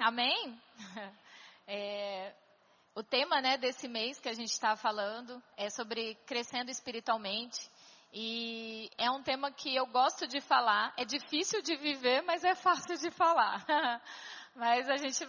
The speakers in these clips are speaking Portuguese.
Amém? O tema, né, desse mês que a gente está falando é sobre crescendo espiritualmente. E é um tema que eu gosto de falar. É difícil de viver, mas é fácil de falar. Mas a gente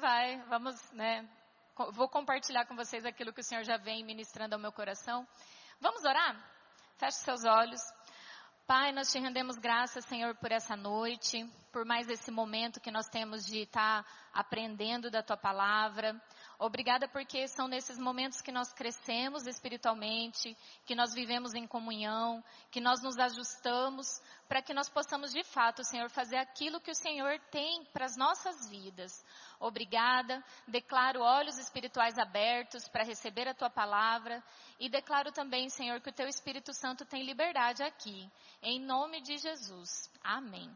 vou compartilhar com vocês aquilo que o Senhor já vem ministrando ao meu coração. Vamos orar? Feche seus olhos. Pai, nós te rendemos graças, Senhor, por essa noite, por mais esse momento que nós temos de estar aprendendo da Tua Palavra. Obrigada porque são nesses momentos que nós crescemos espiritualmente, que nós vivemos em comunhão, que nós nos ajustamos, para que nós possamos de fato, Senhor, fazer aquilo que o Senhor tem para as nossas vidas. Obrigada, declaro olhos espirituais abertos para receber a Tua Palavra e declaro também, Senhor, que o Teu Espírito Santo tem liberdade aqui, em nome de Jesus. Amém.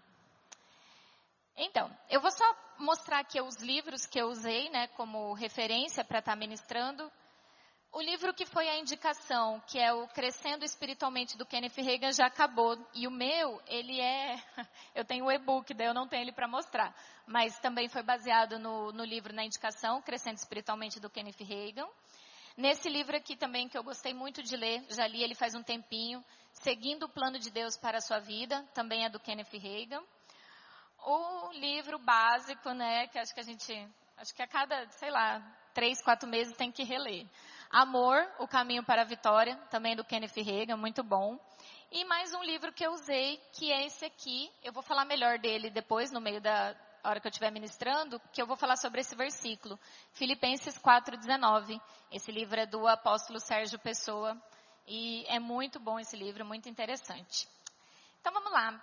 Então, eu vou só mostrar aqui os livros que eu usei, né, como referência para estar ministrando. O livro que foi a indicação, que é o Crescendo Espiritualmente do Kenneth Hagin, já acabou. E o meu, eu tenho o e-book, daí eu não tenho ele para mostrar. Mas também foi baseado no livro, na indicação, Crescendo Espiritualmente do Kenneth Hagin. Nesse livro aqui também, que eu gostei muito de ler, já li ele faz um tempinho, Seguindo o Plano de Deus para a Sua Vida, também é do Kenneth Hagin. O livro básico, né, que acho que a cada, 3, 4 meses tem que reler. Amor, O Caminho para a Vitória, também do Kenneth Hagin, muito bom. E mais um livro que eu usei, que é esse aqui. Eu vou falar melhor dele depois, no meio da hora que eu estiver ministrando, que eu vou falar sobre esse versículo. Filipenses 4:19. Esse livro é do apóstolo Sérgio Pessoa. E é muito bom esse livro, muito interessante. Então vamos lá.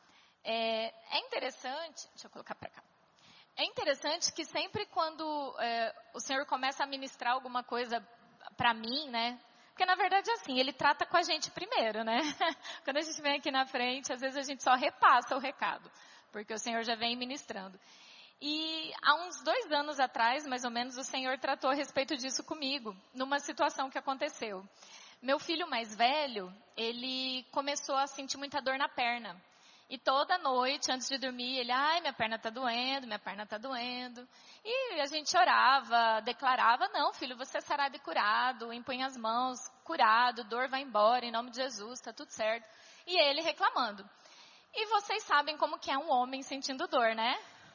É interessante, deixa eu colocar para cá. É interessante que sempre quando o Senhor começa a ministrar alguma coisa para mim, né? Porque na verdade é assim, Ele trata com a gente primeiro, né? Quando a gente vem aqui na frente, às vezes a gente só repassa o recado, porque o Senhor já vem ministrando. E há uns 2 anos atrás, mais ou menos, o Senhor tratou a respeito disso comigo, numa situação que aconteceu. Meu filho mais velho, ele começou a sentir muita dor na perna. E toda noite, antes de dormir, ele, minha perna está doendo, minha perna está doendo. E a gente orava, declarava, não, filho, você é sarado e curado, impunha as mãos, curado, dor vai embora, em nome de Jesus, está tudo certo. E ele reclamando. E vocês sabem como que é um homem sentindo dor, né?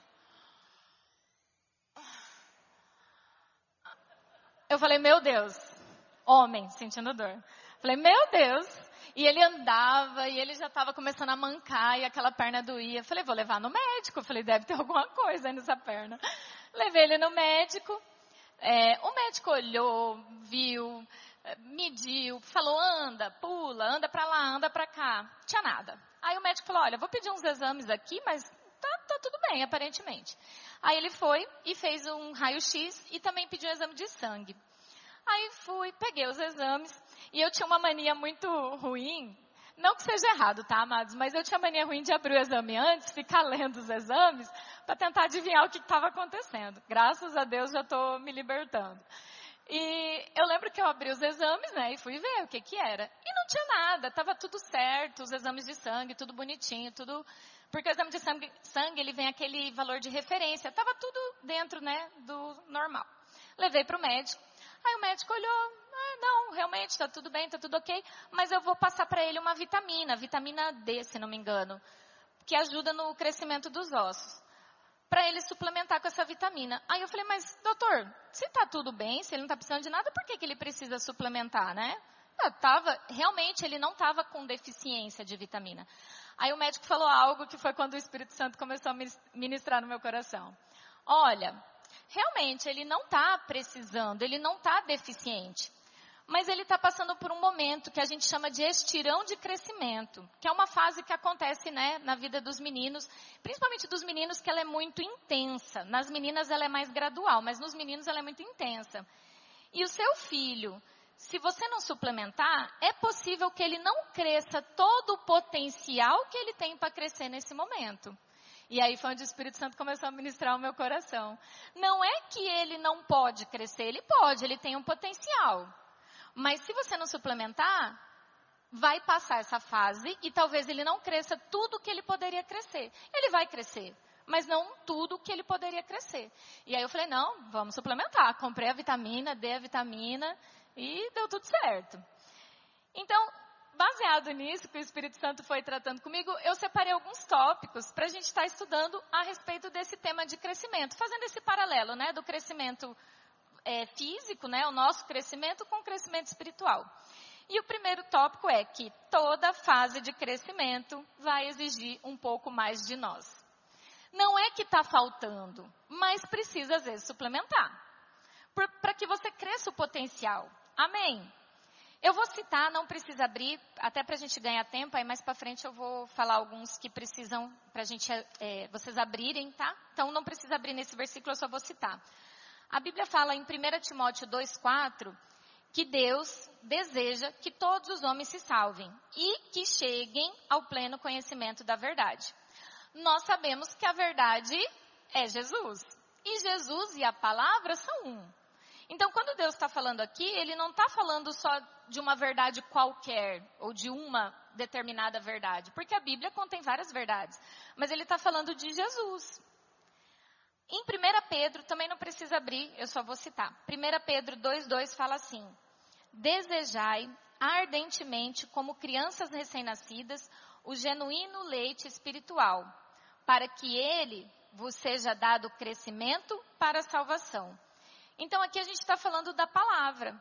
Eu falei, meu Deus, homem sentindo dor. Falei, meu Deus. E ele andava, e ele já estava começando a mancar, e aquela perna doía. Falei, vou levar no médico. Falei, deve ter alguma coisa aí nessa perna. Levei ele no médico. O médico olhou, viu, mediu, falou, anda, pula, anda para lá, anda para cá. Tinha nada. Aí o médico falou, olha, vou pedir uns exames aqui, mas tá tudo bem, aparentemente. Aí ele foi e fez um raio-x e também pediu um exame de sangue. Aí fui, peguei os exames e eu tinha uma mania muito ruim, não que seja errado, tá, amados? Mas eu tinha mania ruim de abrir o exame antes, ficar lendo os exames, para tentar adivinhar o que estava acontecendo. Graças a Deus já estou me libertando. E eu lembro que eu abri os exames, né, e fui ver o que era. E não tinha nada, estava tudo certo, os exames de sangue, tudo bonitinho, tudo... Porque o exame de sangue, ele vem aquele valor de referência, estava tudo dentro, né, do normal. Levei para o médico. Aí o médico olhou, não, realmente está tudo bem, está tudo ok, mas eu vou passar para ele uma vitamina D, se não me engano, que ajuda no crescimento dos ossos, para ele suplementar com essa vitamina. Aí eu falei, mas doutor, se está tudo bem, se ele não está precisando de nada, por que ele precisa suplementar, né? Realmente ele não estava com deficiência de vitamina. Aí o médico falou algo que foi quando o Espírito Santo começou a ministrar no meu coração. Olha, realmente, ele não está precisando, ele não está deficiente. Mas ele está passando por um momento que a gente chama de estirão de crescimento. Que é uma fase que acontece, né, na vida dos meninos. Principalmente dos meninos, que ela é muito intensa. Nas meninas ela é mais gradual, mas nos meninos ela é muito intensa. E o seu filho, se você não suplementar, é possível que ele não cresça todo o potencial que ele tem para crescer nesse momento. E aí foi onde o Espírito Santo começou a ministrar o meu coração. Não é que ele não pode crescer, ele pode, ele tem um potencial. Mas se você não suplementar, vai passar essa fase e talvez ele não cresça tudo que ele poderia crescer. Ele vai crescer, mas não tudo que ele poderia crescer. E aí eu falei, não, vamos suplementar. Comprei a vitamina, dei a vitamina e deu tudo certo. Então, baseado nisso que o Espírito Santo foi tratando comigo, eu separei alguns tópicos para a gente estar estudando a respeito desse tema de crescimento, fazendo esse paralelo, né, do crescimento físico, né, o nosso crescimento com o crescimento espiritual. E o primeiro tópico é que toda fase de crescimento vai exigir um pouco mais de nós. Não é que está faltando, mas precisa às vezes suplementar, para que você cresça o potencial. Amém? Eu vou citar, não precisa abrir, até para a gente ganhar tempo, aí mais para frente eu vou falar alguns que precisam para a gente, vocês abrirem, tá? Então não precisa abrir nesse versículo, eu só vou citar. A Bíblia fala em 1 Timóteo 2,4, que Deus deseja que todos os homens se salvem e que cheguem ao pleno conhecimento da verdade. Nós sabemos que a verdade é Jesus. E Jesus e a palavra são um. Então, quando Deus está falando aqui, Ele não está falando só de uma verdade qualquer, ou de uma determinada verdade, porque a Bíblia contém várias verdades, mas Ele está falando de Jesus. Em 1 Pedro, também não precisa abrir, eu só vou citar. 1 Pedro 2,2 fala assim: desejai ardentemente, como crianças recém-nascidas, o genuíno leite espiritual, para que ele vos seja dado crescimento para a salvação. Então aqui a gente está falando da palavra.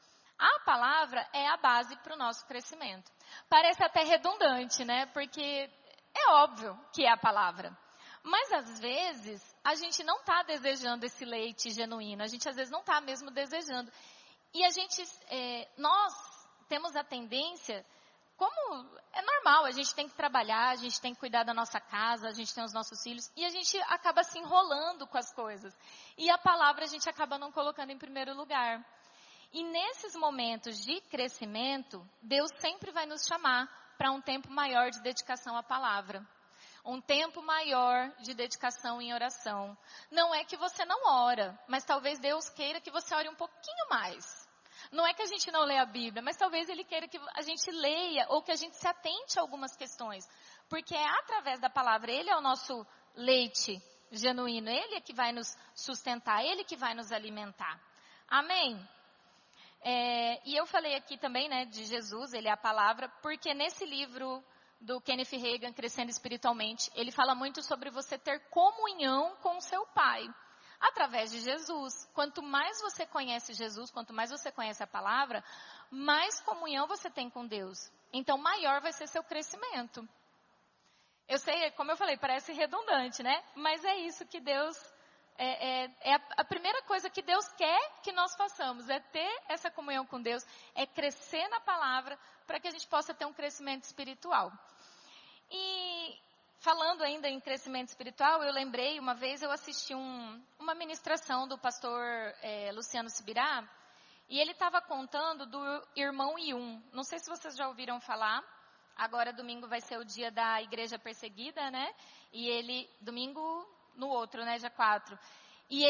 A palavra é a base para o nosso crescimento. Parece até redundante, né? Porque é óbvio que é a palavra. Mas às vezes a gente não está desejando esse leite genuíno. A gente às vezes não está mesmo desejando. E a gente, nós temos a tendência, como é normal, a gente tem que trabalhar, a gente tem que cuidar da nossa casa, a gente tem os nossos filhos, e a gente acaba se enrolando com as coisas. E a palavra a gente acaba não colocando em primeiro lugar. E nesses momentos de crescimento, Deus sempre vai nos chamar para um tempo maior de dedicação à palavra. Um tempo maior de dedicação em oração. Não é que você não ora, mas talvez Deus queira que você ore um pouquinho mais. Não é que a gente não lê a Bíblia, mas talvez Ele queira que a gente leia ou que a gente se atente a algumas questões. Porque é através da palavra, Ele é o nosso leite genuíno, Ele é que vai nos sustentar, Ele que vai nos alimentar. Amém? E eu falei aqui também, né, de Jesus, Ele é a palavra, porque nesse livro do Kenneth Hagin, Crescendo Espiritualmente, ele fala muito sobre você ter comunhão com o seu Pai, através de Jesus. Quanto mais você conhece Jesus, quanto mais você conhece a palavra, mais comunhão você tem com Deus. Então, maior vai ser seu crescimento. Eu sei, como eu falei, parece redundante, né? Mas é isso que Deus... a primeira coisa que Deus quer que nós façamos, é ter essa comunhão com Deus, é crescer na palavra, para que a gente possa ter um crescimento espiritual. E falando ainda em crescimento espiritual, eu lembrei, uma vez eu assisti uma ministração do pastor Luciano Subirá, e ele estava contando do irmão Yun. Não sei se vocês já ouviram falar, agora domingo vai ser o dia da igreja perseguida, né? E ele, domingo no outro, né, dia 4. E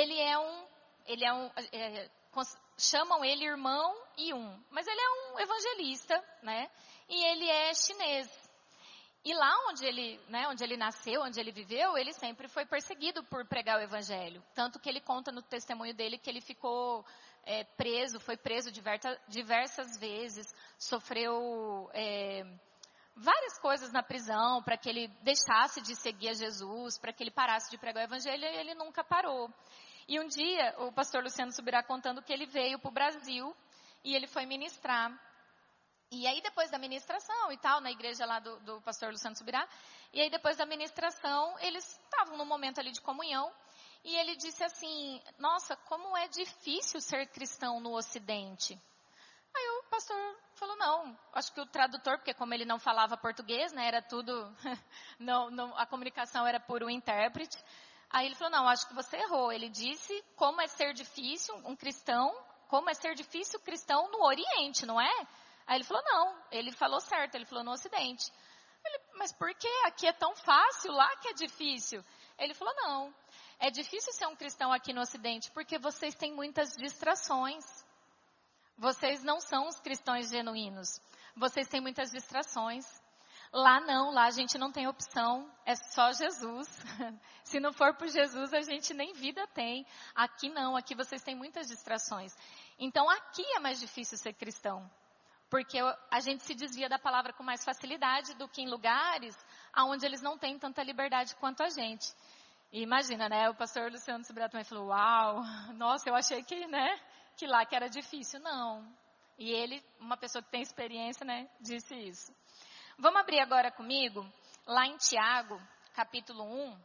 chamam ele irmão Yun, mas ele é um evangelista, né? E ele é chinês. E lá onde ele nasceu, onde ele viveu, ele sempre foi perseguido por pregar o evangelho. Tanto que ele conta no testemunho dele que ele ficou foi preso diversas vezes, sofreu várias coisas na prisão para que ele deixasse de seguir a Jesus, para que ele parasse de pregar o evangelho, e ele nunca parou. E um dia, o pastor Luciano Subirá contando que ele veio para o Brasil e ele foi ministrar. E aí depois da ministração e tal, na igreja lá do pastor Luciano Subirá, e aí depois da ministração, eles estavam num momento ali de comunhão, e ele disse assim: nossa, como é difícil ser cristão no Ocidente. Aí o pastor falou: não, acho que o tradutor, porque como ele não falava português, né, era tudo, a comunicação era por um intérprete. Aí ele falou: não, acho que você errou. Ele disse como é ser difícil como é ser difícil cristão no Oriente, não é? Aí ele falou: não, ele falou certo, ele falou no Ocidente. Mas por que? Aqui é tão fácil, lá que é difícil. Ele falou: não, é difícil ser um cristão aqui no Ocidente porque vocês têm muitas distrações. Vocês não são os cristãos genuínos. Vocês têm muitas distrações. Lá não, lá a gente não tem opção, é só Jesus. Se não for por Jesus, a gente nem vida tem. Aqui não, aqui vocês têm muitas distrações. Então aqui é mais difícil ser cristão. Porque a gente se desvia da palavra com mais facilidade do que em lugares onde eles não têm tanta liberdade quanto a gente. E imagina, né, o pastor Luciano Subirá também falou, uau, nossa, eu achei que, né, que lá que era difícil. Não. E ele, uma pessoa que tem experiência, né, disse isso. Vamos abrir agora comigo, lá em Tiago, capítulo 1.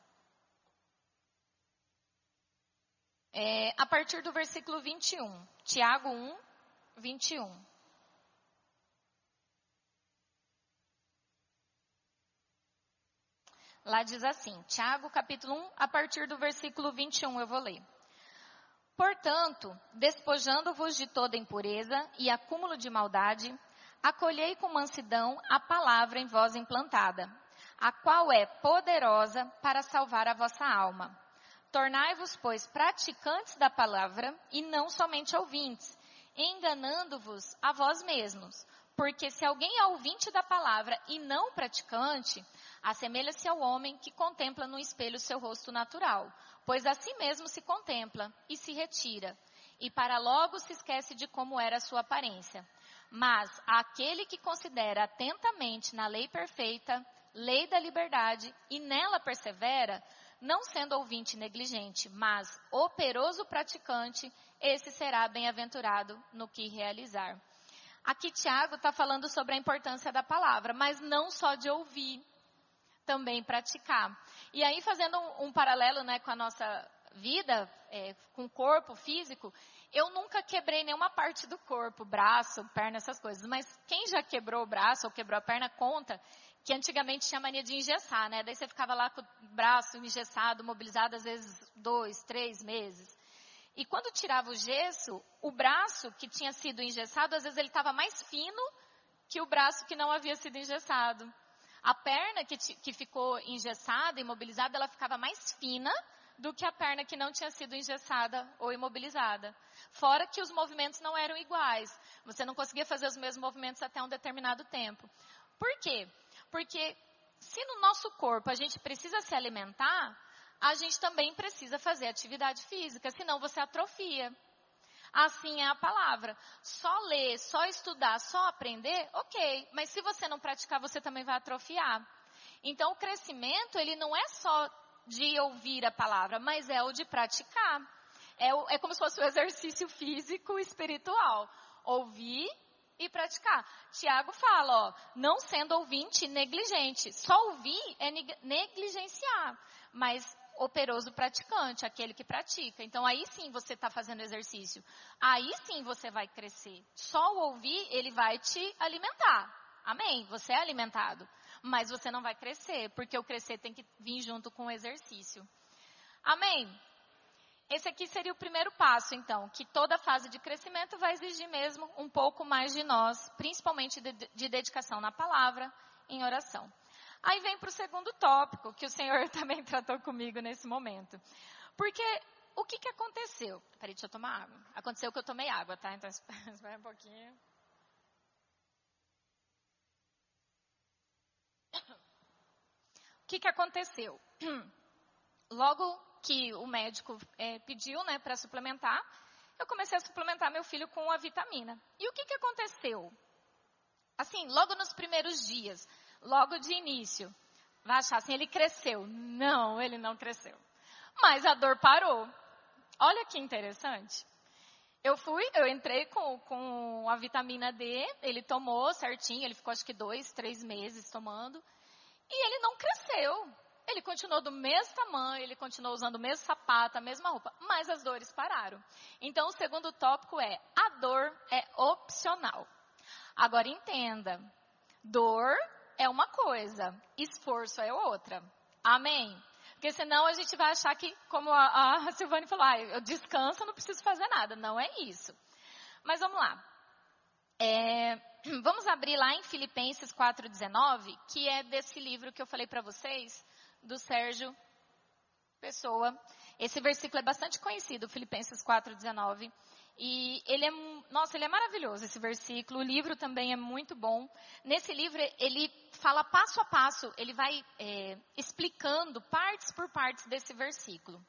A partir do versículo 21. Tiago 1, 21. Lá diz assim, Tiago capítulo 1, a partir do versículo 21, eu vou ler. Portanto, despojando-vos de toda impureza e acúmulo de maldade, acolhei com mansidão a palavra em vós implantada, a qual é poderosa para salvar a vossa alma. Tornai-vos, pois, praticantes da palavra e não somente ouvintes, enganando-vos a vós mesmos. Porque se alguém é ouvinte da palavra e não praticante, assemelha-se ao homem que contempla no espelho seu rosto natural, pois a si mesmo se contempla e se retira, e para logo se esquece de como era a sua aparência. Mas aquele que considera atentamente na lei perfeita, lei da liberdade, e nela persevera, não sendo ouvinte negligente, mas operoso praticante, esse será bem-aventurado no que realizar. Aqui Tiago está falando sobre a importância da palavra, mas não só de ouvir, também praticar. E aí fazendo um paralelo, né, com a nossa vida, com o corpo físico, eu nunca quebrei nenhuma parte do corpo, braço, perna, essas coisas. Mas quem já quebrou o braço ou quebrou a perna conta que antigamente tinha mania de engessar, né? Daí você ficava lá com o braço engessado, mobilizado, às vezes 2, 3 meses. E quando tirava o gesso, o braço que tinha sido engessado, às vezes ele estava mais fino que o braço que não havia sido engessado. A perna que ficou engessada, imobilizada, ela ficava mais fina do que a perna que não tinha sido engessada ou imobilizada. Fora que os movimentos não eram iguais. Você não conseguia fazer os mesmos movimentos até um determinado tempo. Por quê? Porque se no nosso corpo a gente precisa se alimentar, a gente também precisa fazer atividade física, senão você atrofia. Assim é a palavra. Só ler, só estudar, só aprender, ok. Mas se você não praticar, você também vai atrofiar. Então o crescimento, ele não é só de ouvir a palavra, mas é o de praticar. É como se fosse o exercício físico e espiritual. Ouvir e praticar. Tiago fala, não sendo ouvinte negligente. Só ouvir é negligenciar. Mas operoso praticante, aquele que pratica. Então aí sim você está fazendo exercício. Aí sim você vai crescer. Só o ouvir, ele vai te alimentar. Amém? Você é alimentado. Mas você não vai crescer, porque o crescer tem que vir junto com o exercício. Amém? Esse aqui seria o primeiro passo, então, que toda fase de crescimento vai exigir mesmo um pouco mais de nós, principalmente de dedicação na palavra, em oração. Aí vem para o segundo tópico, que o Senhor também tratou comigo nesse momento. Porque o que aconteceu? Peraí, deixa eu tomar água. Aconteceu que eu tomei água, tá? Então, espera um pouquinho. O que aconteceu? Logo que o médico pediu, né, para suplementar, eu comecei a suplementar meu filho com a vitamina. E o que aconteceu? Assim, logo nos primeiros dias, logo de início, vai achar assim, ele cresceu. Não, ele não cresceu. Mas a dor parou. Olha que interessante. Eu entrei com a vitamina D, ele tomou certinho, ele ficou acho que 2, 3 meses tomando, e ele não cresceu. Ele continuou do mesmo tamanho, ele continuou usando o mesmo sapato, a mesma roupa, mas as dores pararam. Então o segundo tópico é, a dor é opcional. Agora entenda, dor é uma coisa, esforço é outra. Amém? Porque senão a gente vai achar que, como a Silvane falou, eu descanso, não preciso fazer nada. Não é isso. Mas vamos lá. Vamos abrir lá em Filipenses 4,19, que é desse livro que eu falei para vocês, do Sérgio Pessoa. Esse versículo é bastante conhecido, Filipenses 4:19. E ele é maravilhoso esse versículo. O livro também é muito bom. Nesse livro, ele fala passo a passo, ele vai explicando partes por partes desse versículo.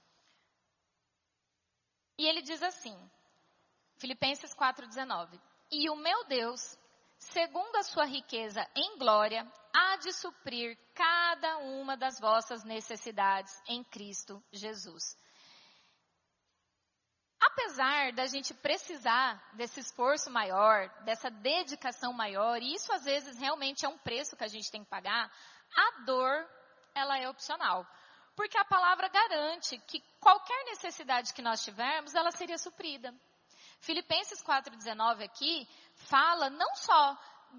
E ele diz assim, Filipenses 4:19. E o meu Deus, segundo a sua riqueza em glória, há de suprir cada uma das vossas necessidades em Cristo Jesus. Apesar da gente precisar desse esforço maior, dessa dedicação maior, e isso às vezes realmente é um preço que a gente tem que pagar, a dor, ela é opcional. Porque a palavra garante que qualquer necessidade que nós tivermos, ela seria suprida. Filipenses 4:19 aqui fala não só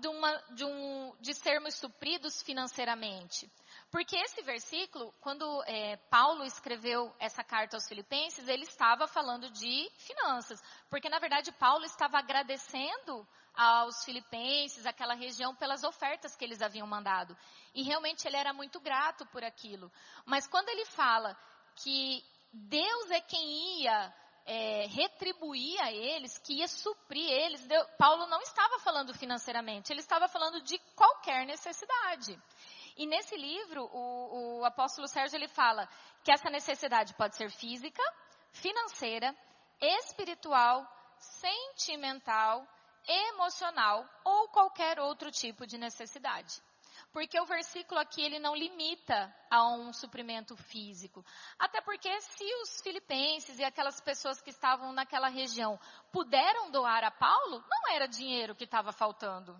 de sermos supridos financeiramente. Porque esse versículo, quando Paulo escreveu essa carta aos Filipenses, ele estava falando de finanças. Porque, na verdade, Paulo estava agradecendo aos Filipenses, aquela região, pelas ofertas que eles haviam mandado. E realmente ele era muito grato por aquilo. Mas quando ele fala que Deus é quem ia retribuir a eles, que ia suprir eles, Paulo não estava falando financeiramente, ele estava falando de qualquer necessidade. E nesse livro, o apóstolo Sérgio, ele fala que essa necessidade pode ser física, financeira, espiritual, sentimental, emocional ou qualquer outro tipo de necessidade. Porque o versículo aqui, ele não limita a um suprimento físico. Até porque se os filipenses e aquelas pessoas que estavam naquela região puderam doar a Paulo, não era dinheiro que estava faltando.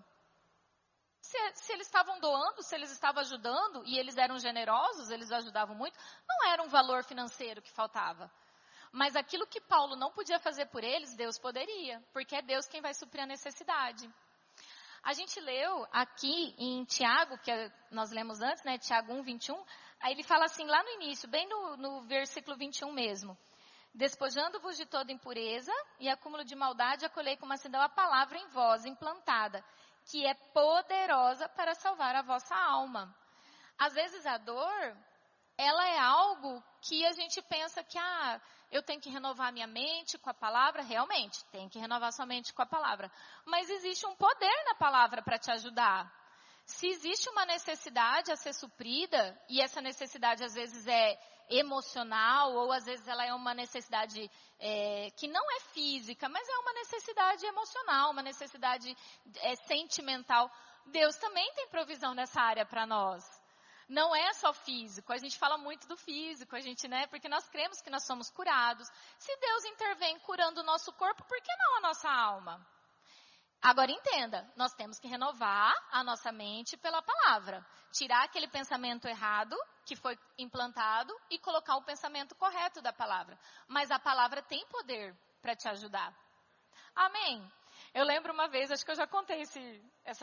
Se eles estavam doando, se eles estavam ajudando, e eles eram generosos, eles ajudavam muito, não era um valor financeiro que faltava. Mas aquilo que Paulo não podia fazer por eles, Deus poderia, porque é Deus quem vai suprir a necessidade. A gente leu aqui em Tiago, que nós lemos antes, né, Tiago 1:21, aí ele fala assim, lá no início, bem no versículo 21 mesmo. Despojando-vos de toda impureza e acúmulo de maldade, acolhei com mansidão a palavra em vós, implantada, que é poderosa para salvar a vossa alma. Às vezes a dor, ela é algo que a gente pensa que, eu tenho que renovar minha mente com a palavra. Realmente, tem que renovar sua mente com a palavra. Mas existe um poder na palavra para te ajudar. Se existe uma necessidade a ser suprida, e essa necessidade às vezes é emocional, ou às vezes ela é uma necessidade que não é física, mas é uma necessidade emocional, uma necessidade sentimental. Deus também tem provisão nessa área para nós. Não é só físico, a gente fala muito do físico, porque nós cremos que nós somos curados. Se Deus intervém curando o nosso corpo, por que não a nossa alma? Agora entenda, nós temos que renovar a nossa mente pela palavra. Tirar aquele pensamento errado que foi implantado e colocar o pensamento correto da palavra. Mas a palavra tem poder para te ajudar. Amém? Eu lembro uma vez, acho que eu já contei esse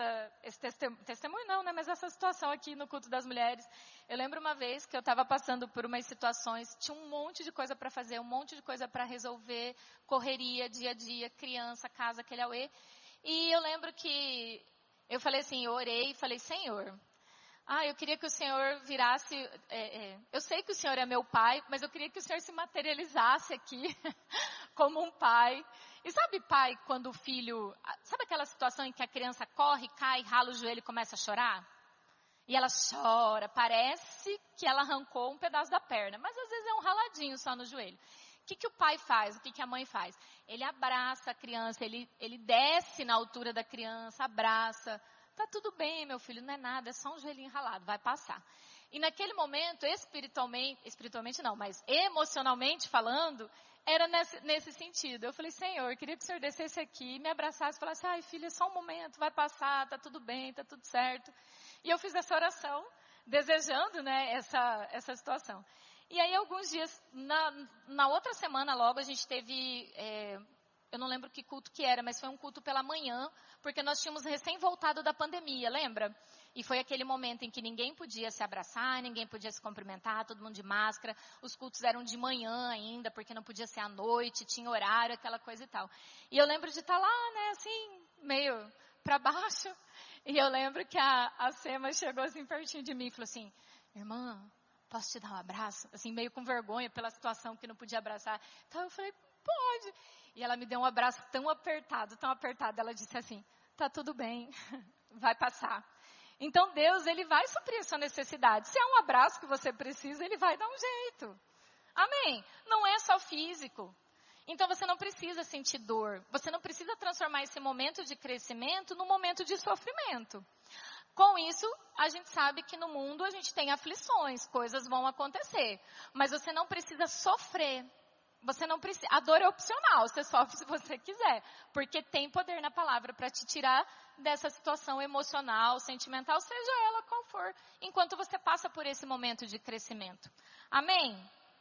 testemunho não, né? Mas essa situação aqui no culto das mulheres. Eu lembro uma vez que eu estava passando por umas situações, tinha um monte de coisa para fazer, um monte de coisa para resolver, correria, dia a dia, criança, casa, aquele auê. E eu lembro que eu falei assim, eu orei e falei, Senhor, eu queria que o Senhor virasse, eu sei que o Senhor é meu pai, mas eu queria que o Senhor se materializasse aqui como um pai. E sabe pai, quando o filho, sabe aquela situação em que a criança corre, cai, rala o joelho e começa a chorar? E ela chora, parece que ela arrancou um pedaço da perna, mas às vezes é um raladinho só no joelho. O que o pai faz? O que a mãe faz? Ele abraça a criança, ele desce na altura da criança, abraça. Tá tudo bem, meu filho, não é nada, é só um joelhinho ralado, vai passar. E naquele momento, espiritualmente não, mas emocionalmente falando, era nesse sentido. Eu falei, Senhor, eu queria que o Senhor descesse aqui, me abraçasse e falasse, filha, é só um momento, vai passar, tá tudo bem, tá tudo certo. E eu fiz essa oração, desejando, né, essa situação. E aí, alguns dias, na outra semana logo, a gente teve, eu não lembro que culto que era, mas foi um culto pela manhã, porque nós tínhamos recém voltado da pandemia, lembra? E foi aquele momento em que ninguém podia se abraçar, ninguém podia se cumprimentar, todo mundo de máscara. Os cultos eram de manhã ainda, porque não podia ser à noite, tinha horário, aquela coisa e tal. E eu lembro de estar lá, né, assim, meio para baixo. E eu lembro que a Sema chegou assim pertinho de mim e falou assim, irmã, posso te dar um abraço? Assim, meio com vergonha pela situação que não podia abraçar. Então eu falei, pode. E ela me deu um abraço tão apertado. Ela disse assim, tá tudo bem, vai passar. Então Deus, Ele vai suprir a sua necessidade. Se é um abraço que você precisa, Ele vai dar um jeito. Amém? Não é só físico. Então você não precisa sentir dor. Você não precisa transformar esse momento de crescimento num momento de sofrimento. Com isso, a gente sabe que no mundo a gente tem aflições, coisas vão acontecer. Mas você não precisa sofrer. Você não precisa, a dor é opcional, você sofre se você quiser. Porque tem poder na palavra para te tirar dessa situação emocional, sentimental, seja ela qual for, enquanto você passa por esse momento de crescimento. Amém?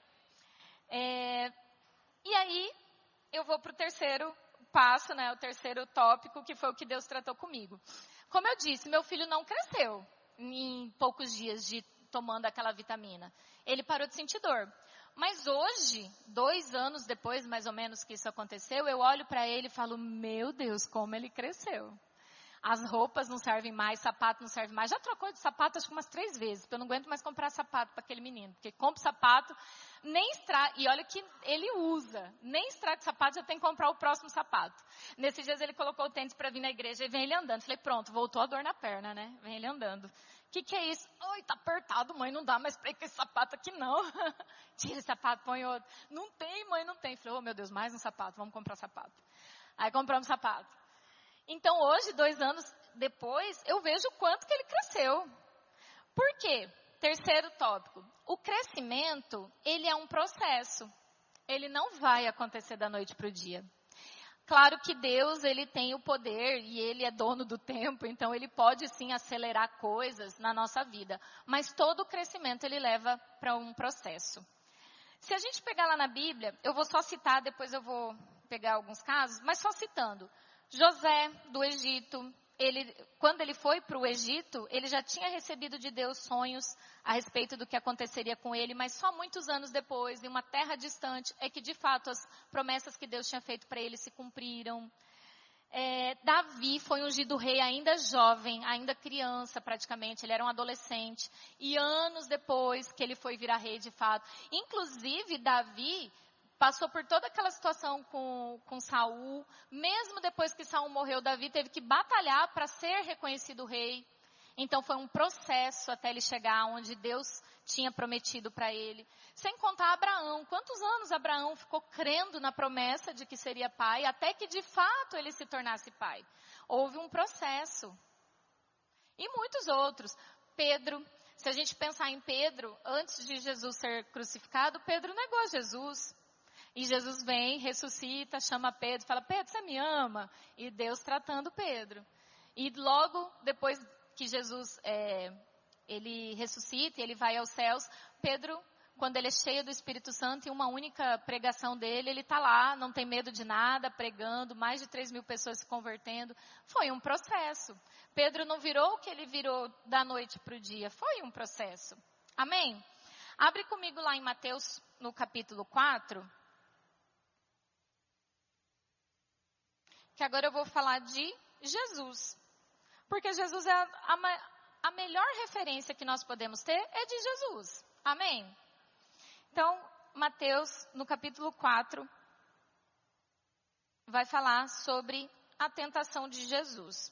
E aí, eu vou para o terceiro passo, né, o terceiro tópico, que foi o que Deus tratou comigo. Como eu disse, meu filho não cresceu em poucos dias de tomando aquela vitamina. Ele parou de sentir dor. Mas hoje, 2 anos depois, mais ou menos, que isso aconteceu, eu olho para ele e falo, meu Deus, como ele cresceu. As roupas não servem mais, sapato não serve mais. Já trocou de sapato acho que umas 3 vezes, porque eu não aguento mais comprar sapato para aquele menino. Porque compro sapato, nem estraga, e olha que ele usa, nem estraga o sapato, já tem que comprar o próximo sapato. Nesses dias ele colocou o tênis para vir na igreja e vem ele andando. Falei, pronto, voltou a dor na perna, né? Vem ele andando. O que é isso? Ai, tá apertado, mãe, não dá mais para ir com esse sapato aqui não. Tira esse sapato, põe outro. Não tem, mãe, não tem. Falei, oh meu Deus, mais um sapato, vamos comprar sapato. Aí compramos sapato. Então hoje, 2 anos depois, eu vejo o quanto que ele cresceu. Por quê? Terceiro tópico. O crescimento, ele é um processo. Ele não vai acontecer da noite para o dia. Claro que Deus, Ele tem o poder e Ele é dono do tempo, então Ele pode sim acelerar coisas na nossa vida. Mas todo o crescimento, ele leva para um processo. Se a gente pegar lá na Bíblia, eu vou só citar, depois eu vou pegar alguns casos, mas só citando. José, do Egito, quando ele foi para o Egito, ele já tinha recebido de Deus sonhos a respeito do que aconteceria com ele, mas só muitos anos depois, em uma terra distante, é que de fato as promessas que Deus tinha feito para ele se cumpriram. Davi foi ungido rei ainda jovem, ainda criança praticamente, ele era um adolescente. E anos depois que ele foi virar rei de fato. Inclusive, Davi passou por toda aquela situação com Saul. Mesmo depois que Saul morreu, Davi teve que batalhar para ser reconhecido rei. Então foi um processo até ele chegar onde Deus tinha prometido para ele. Sem contar Abraão. Quantos anos Abraão ficou crendo na promessa de que seria pai, até que de fato ele se tornasse pai. Houve um processo. E muitos outros. Pedro, se a gente pensar em Pedro, antes de Jesus ser crucificado, Pedro negou Jesus. E Jesus vem, ressuscita, chama Pedro, fala, Pedro, você me ama? E Deus tratando Pedro. E logo depois que Jesus, ele ressuscita, ele vai aos céus, Pedro, quando ele é cheio do Espírito Santo, em uma única pregação dele, ele está lá, não tem medo de nada, pregando, mais de 3.000 pessoas se convertendo. Foi um processo. Pedro não virou o que ele virou da noite para o dia, foi um processo. Amém? Abre comigo lá em Mateus, no capítulo 4. Que agora eu vou falar de Jesus. Porque Jesus é a melhor referência que nós podemos ter é de Jesus. Amém? Então, Mateus, no capítulo 4, vai falar sobre a tentação de Jesus.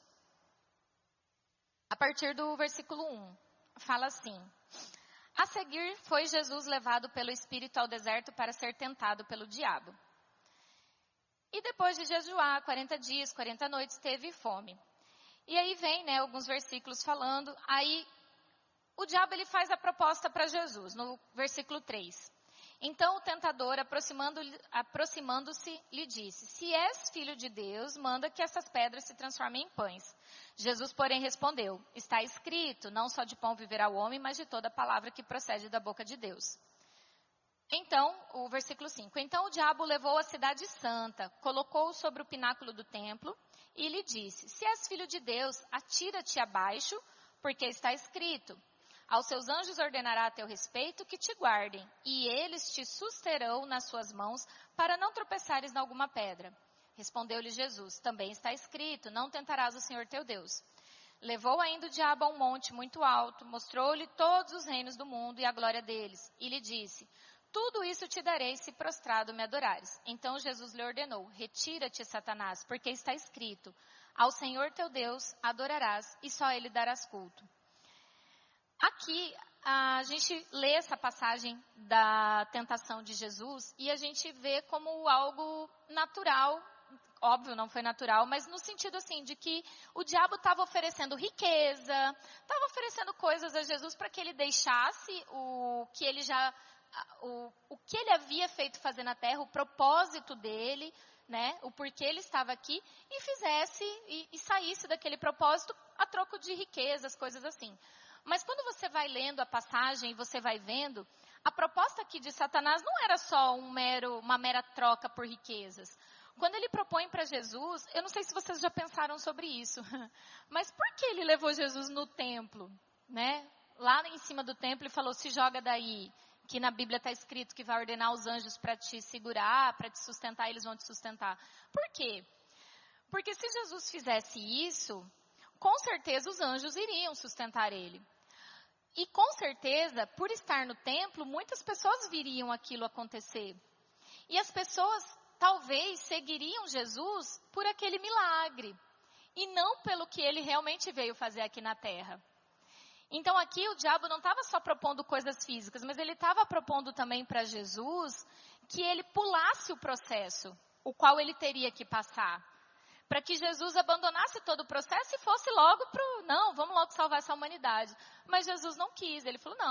A partir do versículo 1, fala assim. A seguir, foi Jesus levado pelo Espírito ao deserto para ser tentado pelo diabo. E depois de jejuar 40 dias, 40 noites, teve fome. E aí vem, alguns versículos falando. Aí o diabo ele faz a proposta para Jesus, no versículo 3. Então o tentador, aproximando-se, lhe disse, se és filho de Deus, manda que essas pedras se transformem em pães. Jesus, porém, respondeu, está escrito, não só de pão viverá o homem, mas de toda palavra que procede da boca de Deus. Então, o versículo 5. Então o diabo levou a cidade santa, colocou-o sobre o pináculo do templo e lhe disse, se és filho de Deus, atira-te abaixo, porque está escrito, aos seus anjos ordenará a teu respeito que te guardem, e eles te susterão nas suas mãos para não tropeçares em alguma pedra. Respondeu-lhe Jesus, também está escrito, não tentarás o Senhor teu Deus. Levou ainda o diabo a um monte muito alto, mostrou-lhe todos os reinos do mundo e a glória deles, e lhe disse: tudo isso te darei se prostrado me adorares. Então Jesus lhe ordenou: retira-te, Satanás, porque está escrito: ao Senhor teu Deus adorarás e só a ele darás culto. Aqui a gente lê essa passagem da tentação de Jesus e a gente vê como algo natural. Óbvio, não foi natural, mas no sentido assim, de que o diabo estava oferecendo riqueza, estava oferecendo coisas a Jesus para que ele deixasse o que ele havia feito fazer na terra, o propósito dele, né, o porquê ele estava aqui, e fizesse e saísse daquele propósito a troco de riquezas, coisas assim. Mas quando você vai lendo a passagem e você vai vendo, a proposta aqui de Satanás não era só uma mera troca por riquezas. Quando ele propõe para Jesus, eu não sei se vocês já pensaram sobre isso, mas por que ele levou Jesus no templo, né? Lá em cima do templo e falou: se joga daí, que na Bíblia está escrito que vai ordenar os anjos para te segurar, para te sustentar, eles vão te sustentar. Por quê? Porque se Jesus fizesse isso, com certeza os anjos iriam sustentar ele. E com certeza, por estar no templo, muitas pessoas viriam aquilo acontecer. E as pessoas talvez seguiriam Jesus por aquele milagre, e não pelo que ele realmente veio fazer aqui na terra. Então aqui o diabo não estava só propondo coisas físicas, mas ele estava propondo também para Jesus que ele pulasse o processo, o qual ele teria que passar. Para que Jesus abandonasse todo o processo e fosse logo não, vamos logo salvar essa humanidade. Mas Jesus não quis, ele falou: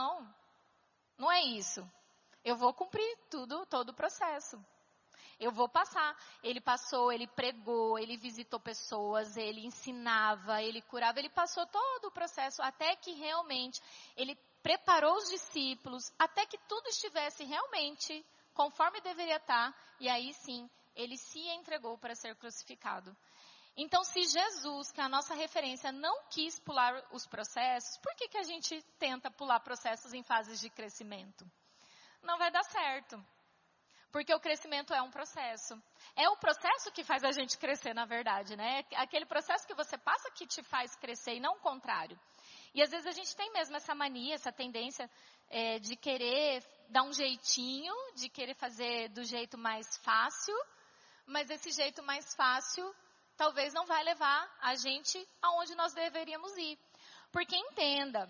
não é isso. Eu vou cumprir todo o processo. Eu vou passar. Ele passou, ele pregou, ele visitou pessoas, ele ensinava, ele curava, ele passou todo o processo até que realmente ele preparou os discípulos, até que tudo estivesse realmente conforme deveria estar, e aí sim, ele se entregou para ser crucificado. Então, se Jesus, que é a nossa referência, não quis pular os processos, por que a gente tenta pular processos em fases de crescimento? Não vai dar certo. Porque o crescimento é um processo. É o processo que faz a gente crescer, na verdade, né? Aquele processo que você passa que te faz crescer e não o contrário. E às vezes a gente tem mesmo essa mania, essa tendência de querer dar um jeitinho, de querer fazer do jeito mais fácil, mas esse jeito mais fácil talvez não vai levar a gente aonde nós deveríamos ir. Porque entenda,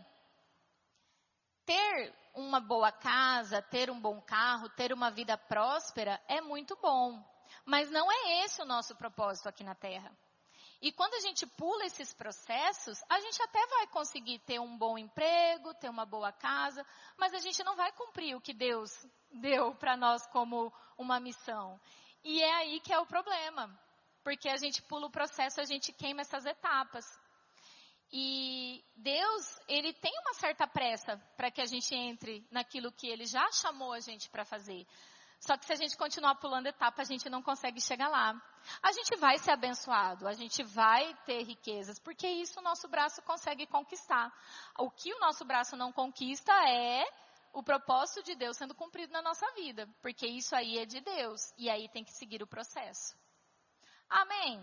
ter uma boa casa, ter um bom carro, ter uma vida próspera é muito bom. Mas não é esse o nosso propósito aqui na Terra. E quando a gente pula esses processos, a gente até vai conseguir ter um bom emprego, ter uma boa casa, mas a gente não vai cumprir o que Deus deu para nós como uma missão. E é aí que é o problema. Porque a gente pula o processo, a gente queima essas etapas. E Deus, Ele tem uma certa pressa para que a gente entre naquilo que Ele já chamou a gente para fazer. Só que se a gente continuar pulando etapa, a gente não consegue chegar lá. A gente vai ser abençoado, a gente vai ter riquezas, porque isso o nosso braço consegue conquistar. O que o nosso braço não conquista é o propósito de Deus sendo cumprido na nossa vida. Porque isso aí é de Deus, e aí tem que seguir o processo. Amém?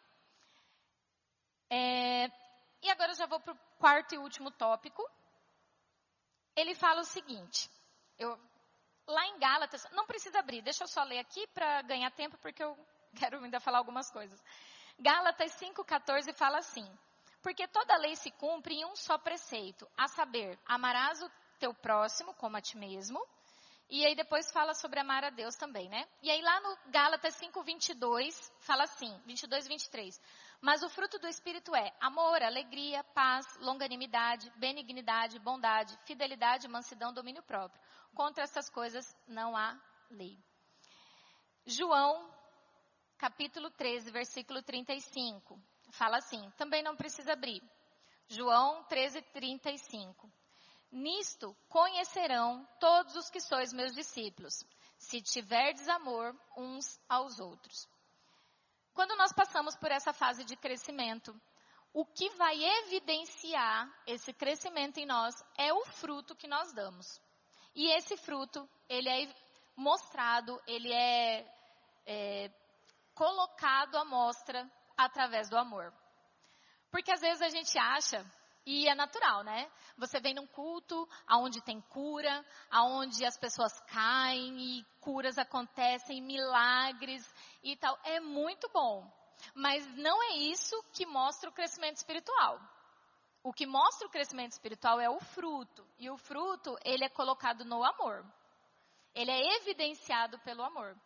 E agora eu já vou para o quarto e último tópico. Ele fala o seguinte, lá em Gálatas, não precisa abrir, deixa eu só ler aqui para ganhar tempo, porque eu quero ainda falar algumas coisas. Gálatas 5,14 fala assim: porque toda lei se cumpre em um só preceito, a saber, amarás o teu próximo como a ti mesmo. E aí depois fala sobre amar a Deus também, né? E aí lá no Gálatas 5:22, fala assim, 22 e 23. Mas o fruto do Espírito é amor, alegria, paz, longanimidade, benignidade, bondade, fidelidade, mansidão, domínio próprio. Contra essas coisas não há lei. João, capítulo 13, versículo 35. Fala assim, também não precisa abrir. João 13, 35. Nisto conhecerão todos os que sois meus discípulos, se tiverdes amor uns aos outros. Quando nós passamos por essa fase de crescimento, o que vai evidenciar esse crescimento em nós é o fruto que nós damos. E esse fruto, ele é mostrado, ele é colocado à mostra através do amor. Porque às vezes a gente acha, e é natural, né? Você vem num culto onde tem cura, onde as pessoas caem e curas acontecem, milagres e tal. É muito bom. Mas não é isso que mostra o crescimento espiritual. O que mostra o crescimento espiritual é o fruto. E o fruto, ele é colocado no amor. Ele é evidenciado pelo amor.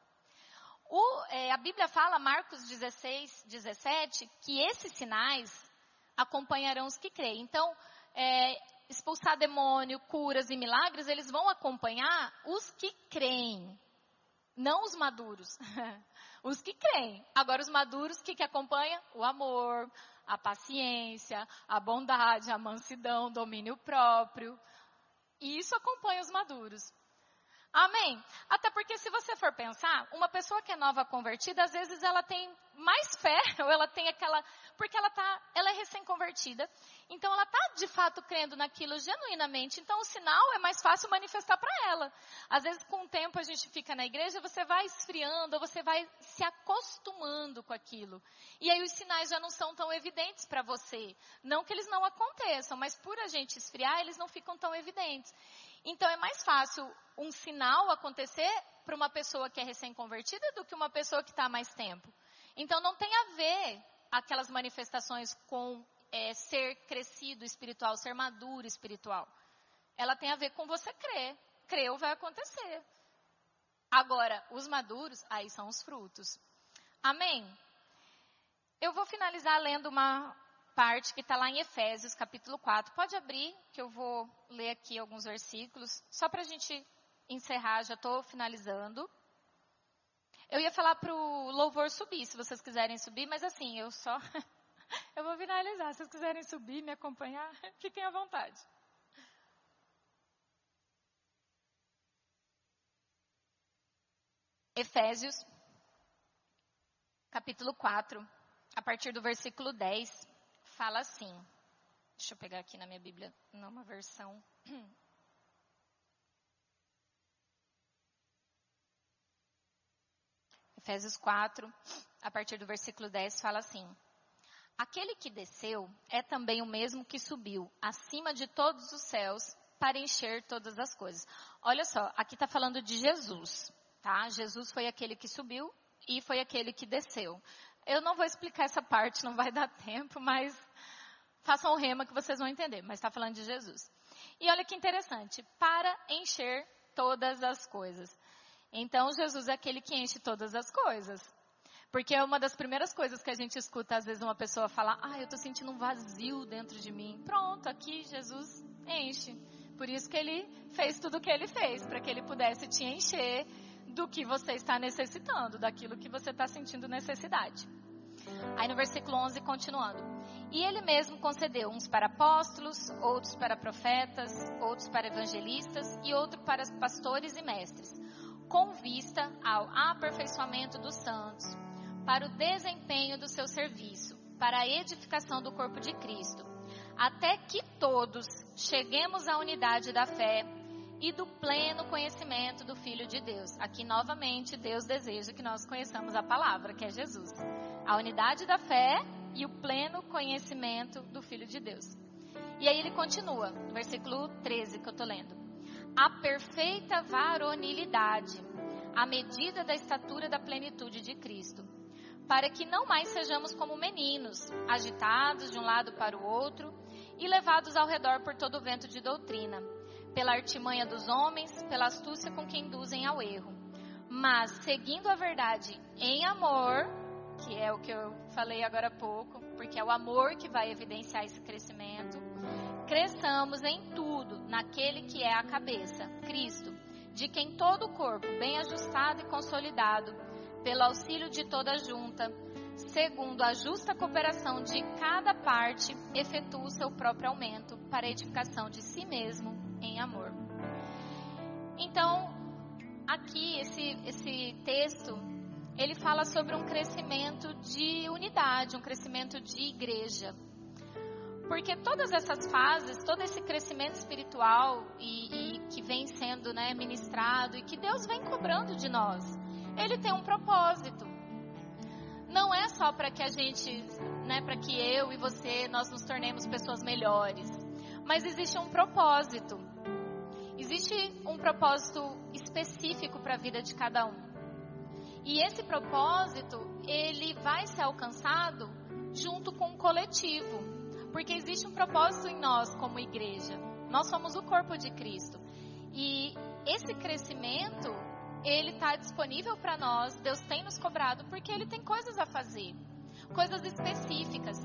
A Bíblia fala, Marcos 16, 17, que esses sinais acompanharão os que creem. Então, expulsar demônio, curas e milagres, eles vão acompanhar os que creem. Não os maduros. Os que creem. Agora, os maduros, o que acompanha? O amor, a paciência, a bondade, a mansidão, o domínio próprio. E isso acompanha os maduros. Amém? Até porque se você for pensar, uma pessoa que é nova convertida, às vezes ela tem mais fé, ou ela tem aquela, porque ela é recém-convertida, então ela está de fato crendo naquilo genuinamente, então o sinal é mais fácil manifestar para ela. Às vezes com o tempo a gente fica na igreja, você vai esfriando, ou você vai se acostumando com aquilo. E aí os sinais já não são tão evidentes para você. Não que eles não aconteçam, mas por a gente esfriar, eles não ficam tão evidentes. Então é mais fácil um sinal acontecer para uma pessoa que é recém-convertida do que uma pessoa que está há mais tempo. Então não tem a ver aquelas manifestações com ser crescido espiritual, ser maduro espiritual. Ela tem a ver com você crer. Creu, vai acontecer. Agora, os maduros, aí são os frutos. Amém? Eu vou finalizar lendo uma parte que está lá em Efésios, capítulo 4. Pode abrir, que eu vou ler aqui alguns versículos, só para a gente encerrar, já estou finalizando. Eu ia falar para o louvor subir, se vocês quiserem subir, mas assim, eu vou finalizar. Se vocês quiserem subir, me acompanhar, fiquem à vontade. Efésios, capítulo 4, a partir do versículo 10. Fala assim, deixa eu pegar aqui na minha Bíblia, numa versão. Efésios 4, a partir do versículo 10, fala assim. Aquele que desceu é também o mesmo que subiu, acima de todos os céus, para encher todas as coisas. Olha só, aqui está falando de Jesus, tá? Jesus foi aquele que subiu e foi aquele que desceu. Eu não vou explicar essa parte, não vai dar tempo, mas façam o rema que vocês vão entender. Mas está falando de Jesus. E olha que interessante, para encher todas as coisas. Então, Jesus é aquele que enche todas as coisas. Porque é uma das primeiras coisas que a gente escuta, às vezes, uma pessoa falar, eu estou sentindo um vazio dentro de mim. Pronto, aqui Jesus enche. Por isso que ele fez tudo o que ele fez, para que ele pudesse te encher do que você está necessitando, daquilo que você está sentindo necessidade. Aí no versículo 11, continuando. E ele mesmo concedeu uns para apóstolos, outros para profetas, outros para evangelistas e outros para pastores e mestres, com vista ao aperfeiçoamento dos santos, para o desempenho do seu serviço, para a edificação do corpo de Cristo, até que todos cheguemos à unidade da fé e do pleno conhecimento do Filho de Deus. Aqui, novamente, Deus deseja que nós conheçamos a palavra, que é Jesus. A unidade da fé e o pleno conhecimento do Filho de Deus. E aí ele continua, no versículo 13 que eu estou lendo. A perfeita varonilidade, à medida da estatura da plenitude de Cristo, para que não mais sejamos como meninos, agitados de um lado para o outro e levados ao redor por todo o vento de doutrina, pela artimanha dos homens, pela astúcia com que induzem ao erro, mas seguindo a verdade em amor, que é o que eu falei agora há pouco, porque é o amor que vai evidenciar esse crescimento, cresçamos em tudo naquele que é a cabeça, Cristo, de quem todo o corpo, bem ajustado e consolidado, pelo auxílio de toda a junta, segundo a justa cooperação de cada parte, efetua o seu próprio aumento para a edificação de si mesmo em amor. Então, aqui esse texto, ele fala sobre um crescimento de unidade, um crescimento de igreja. Porque todas essas fases, todo esse crescimento espiritual e que vem sendo ministrado e que Deus vem cobrando de nós, ele tem um propósito. não é só para que a gente, né, para que eu e você, nós nos tornemos pessoas melhores. Mas existe um propósito. Existe um propósito específico para a vida de cada um. E esse propósito, ele vai ser alcançado junto com o coletivo. Porque existe um propósito em nós como igreja. Nós somos o corpo de Cristo. E esse crescimento, ele está disponível para nós. Deus tem nos cobrado porque Ele tem coisas a fazer. Coisas específicas.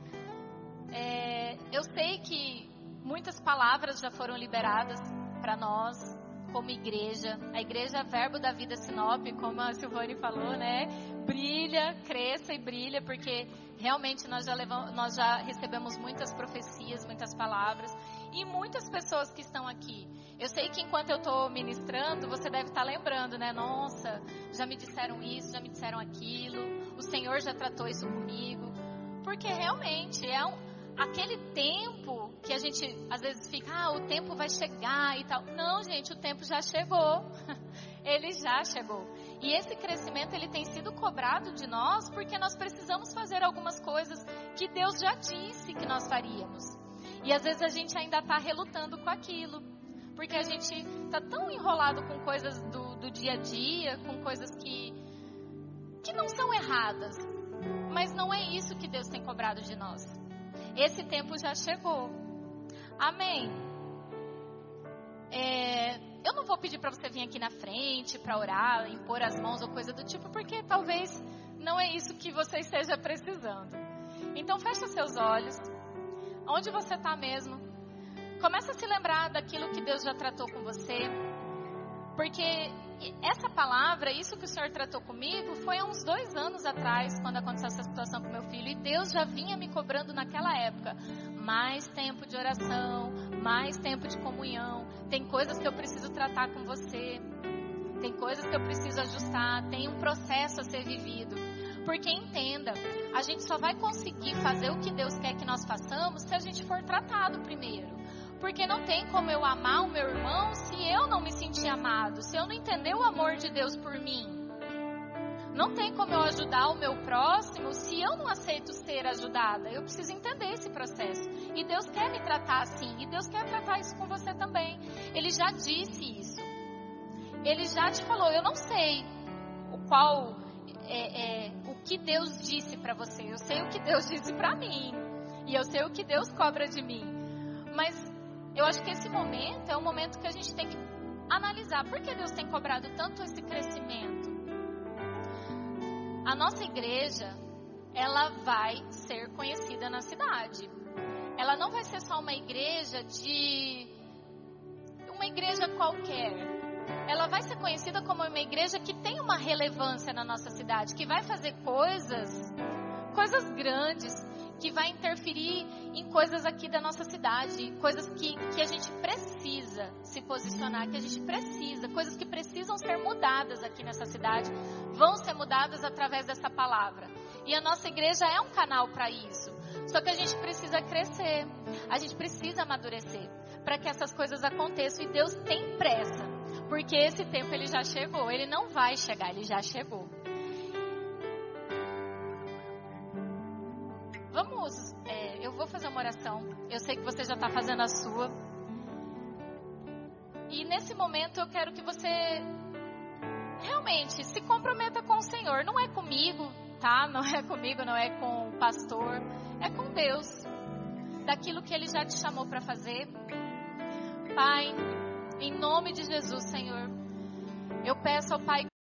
Eu sei que muitas palavras já foram liberadas para nós, como igreja. A igreja Verbo da Vida Sinop, como a Silvane falou, né? Brilha, cresça e brilha, porque realmente nós já recebemos muitas profecias, muitas palavras. E muitas pessoas que estão aqui. Eu sei que enquanto eu estou ministrando, você deve estar lembrando, né? Nossa, já me disseram isso, já me disseram aquilo. O Senhor já tratou isso comigo. Porque realmente aquele tempo que a gente às vezes fica, o tempo vai chegar e tal. Não, gente, o tempo já chegou. Ele já chegou. E esse crescimento, ele tem sido cobrado de nós porque nós precisamos fazer algumas coisas que Deus já disse que nós faríamos. E às vezes a gente ainda está relutando com aquilo. Porque a gente está tão enrolado com coisas do dia a dia, com coisas que não são erradas. Mas não é isso que Deus tem cobrado de nós. Esse tempo já chegou. Amém. Eu não vou pedir para você vir aqui na frente para orar, impor as mãos ou coisa do tipo, porque talvez não é isso que você esteja precisando. Então fecha seus olhos. Onde você está mesmo? Começa a se lembrar daquilo que Deus já tratou com você. Porque essa palavra, isso que o Senhor tratou comigo, foi há uns 2 anos atrás, quando aconteceu essa situação com meu filho. E Deus já vinha me cobrando naquela época. Mais tempo de oração, mais tempo de comunhão. Tem coisas que eu preciso tratar com você. Tem coisas que eu preciso ajustar. Tem um processo a ser vivido. Porque entenda, a gente só vai conseguir fazer o que Deus quer que nós façamos se a gente for tratado primeiro. Porque não tem como eu amar o meu irmão se eu não me sentir amado, se eu não entender o amor de Deus por mim. Não tem como eu ajudar o meu próximo se eu não aceito ser ajudada. Eu preciso entender esse processo. E Deus quer me tratar assim, e Deus quer tratar isso com você também. Ele já disse isso. Ele já te falou, eu não sei o que Deus disse para você. Eu sei o que Deus disse para mim. E eu sei o que Deus cobra de mim. Mas eu acho que esse momento é um momento que a gente tem que analisar. Por que Deus tem cobrado tanto esse crescimento? A nossa igreja, ela vai ser conhecida na cidade. Ela não vai ser só uma igreja qualquer. Ela vai ser conhecida como uma igreja que tem uma relevância na nossa cidade, que vai fazer coisas grandes, que vai interferir em coisas aqui da nossa cidade, coisas que a gente precisa se posicionar, que a gente precisa, coisas que precisam ser mudadas aqui nessa cidade, vão ser mudadas através dessa palavra. E a nossa igreja é um canal para isso. Só que a gente precisa crescer, a gente precisa amadurecer para que essas coisas aconteçam. E Deus tem pressa, porque esse tempo ele já chegou, ele não vai chegar, ele já chegou. Eu vou fazer uma oração. Eu sei que você já está fazendo a sua. E nesse momento eu quero que você realmente se comprometa com o Senhor. Não é comigo, tá? Não é comigo, não é com o pastor. É com Deus. Daquilo que Ele já te chamou para fazer. Pai, em nome de Jesus, Senhor, eu peço ao Pai